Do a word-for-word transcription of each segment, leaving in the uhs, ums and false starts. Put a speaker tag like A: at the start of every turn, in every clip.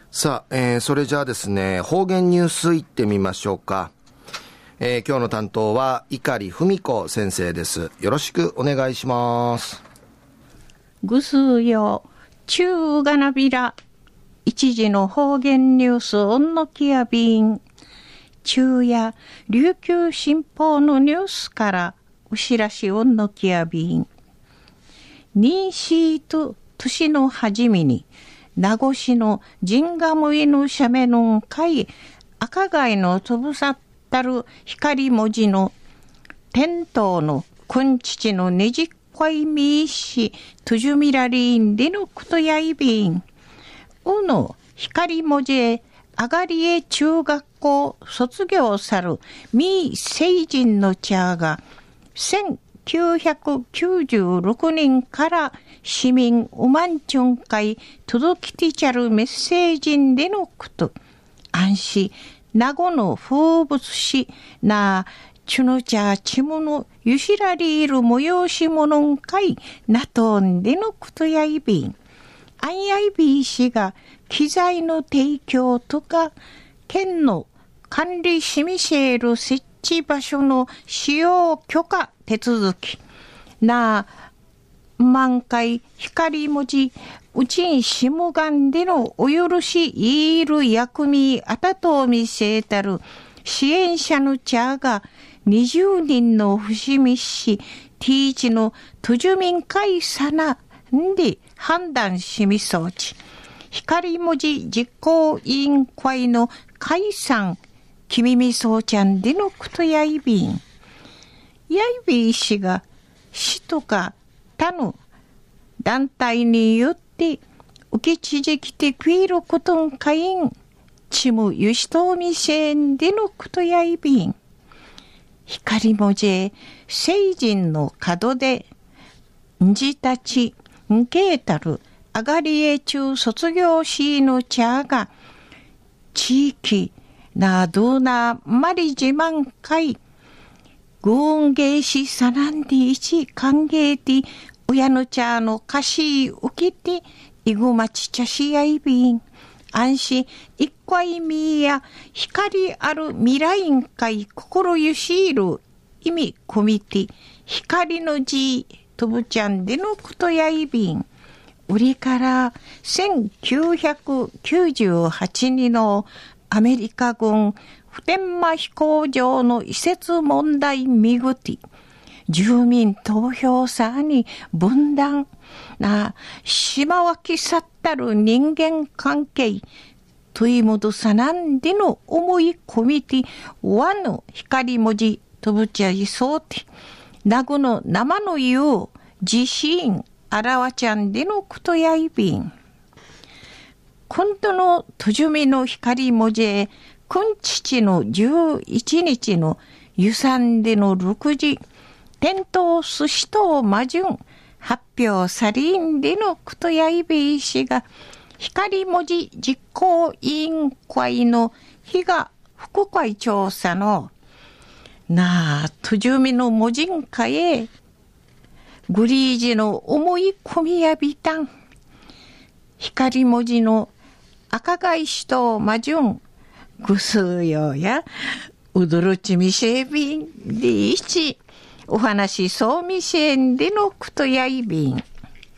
A: さあ、えー、それじゃあですね、方言ニュースいってみましょうか。えー、今日の担当は碇文子先生です。よろしくお願いします。
B: ぐすよ中がなびら一時の方言ニュースおんのきやびん中や琉球新報のニュースからうしらしおんのきやびんにしと年の初めに名護市の神ヶ森の斜面の海赤貝の飛ぶさったる光文字の天頭の君父のねじっこいみいしとじゅみらりんでのことやいびんうの光文字へあがりえ中学校卒業さるみ成人の茶がせんきゅうひゃくきゅうじゅうろくねんから市民うまんちゅん会届きてちゃるメッセージでのこと安心名護の風物詩なチュノチャチムのゆしらりいる催し物ん会なとんでのことやいびんあんやいびいしが機材の提供とか県の管理しみせる設置場所の使用許可手続きな満開光文字うちんしむがんでのお許しいる役みあたとみせたる支援者の茶がにじゅうにんの伏見市ティーチの都住民会さなんで判断しみそうち光文字実行委員会の解散君みそうちゃんでのことやいびんやいびいしが市とか他の団体によって受け続けてくれることんかいんちむゆしとみせんでのことやいびん光文字成人の角でんじたちんけいたるあがりえ中卒業しの茶が地域などなまり自慢会軍芸師さなんでいち歓迎で親の茶の歌詞受けていぐまち茶しやいびん安心一回みや光ある未来ん会心ゆしいる意味込みて光の字とぶちゃんでのことやいびん売りからせんきゅうひゃくきゅうじゅうはちねんのアメリカ軍普天間飛行場の移設問題みぐて住民投票さに分断な島脇去ったる人間関係問い戻さなんでの思い込みて和の光文字とぶちゃいそうて名護の生の言う自身あらわちゃんでのことやいびん今度のとじゅみの光文字へ君父のじゅういちにちのゆさんでのろくじ点灯すしとまじゅん発表さりんでのことやいびいしが光文字実行委員会の日が副会長さのなあとじゅみの文字んかへグリージの思い込みやびたん光文字の赤貝しとまじゅんぐすよやうどろちみせびんでいちお話そうみせんでのくとやいびん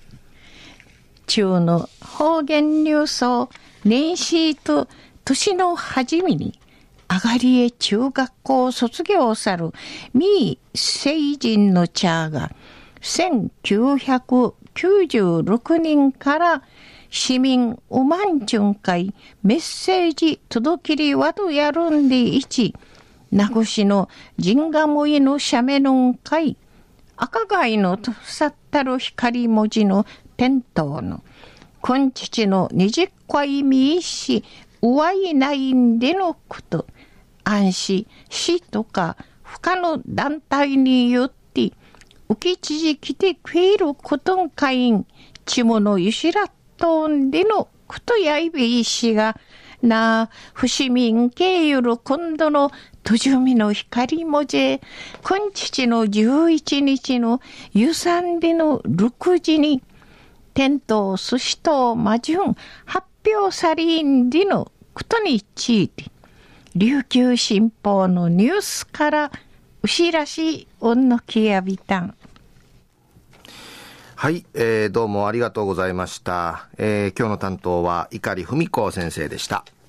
B: 中の方言ニュースを年始と年の初めにあがりえ中学校卒業さるみ成人の茶がせんきゅうひゃくきゅうじゅうろくねんから市民おまんちゅん会メッセージ届きりわどやるんでいち名護市の神ヶ森の斜面の会赤貝のとさったる光文字の天頭の君父のにじっこいみいしうわいないんでのこと安心市とか他の団体によって受け続きてくれることんかいんちものゆしらとんでのことやいびいしがな伏見けゆる今度のとじゅみの光文字君父のじゅういちにちのゆさんでのろくじに天頭すしとまじゅん発表さりんでのことについて、琉球新報のニュースからうしらしおんのきやびたん。
A: はい、えー、どうもありがとうございました。えー、今日の担当は碇文子先生でした。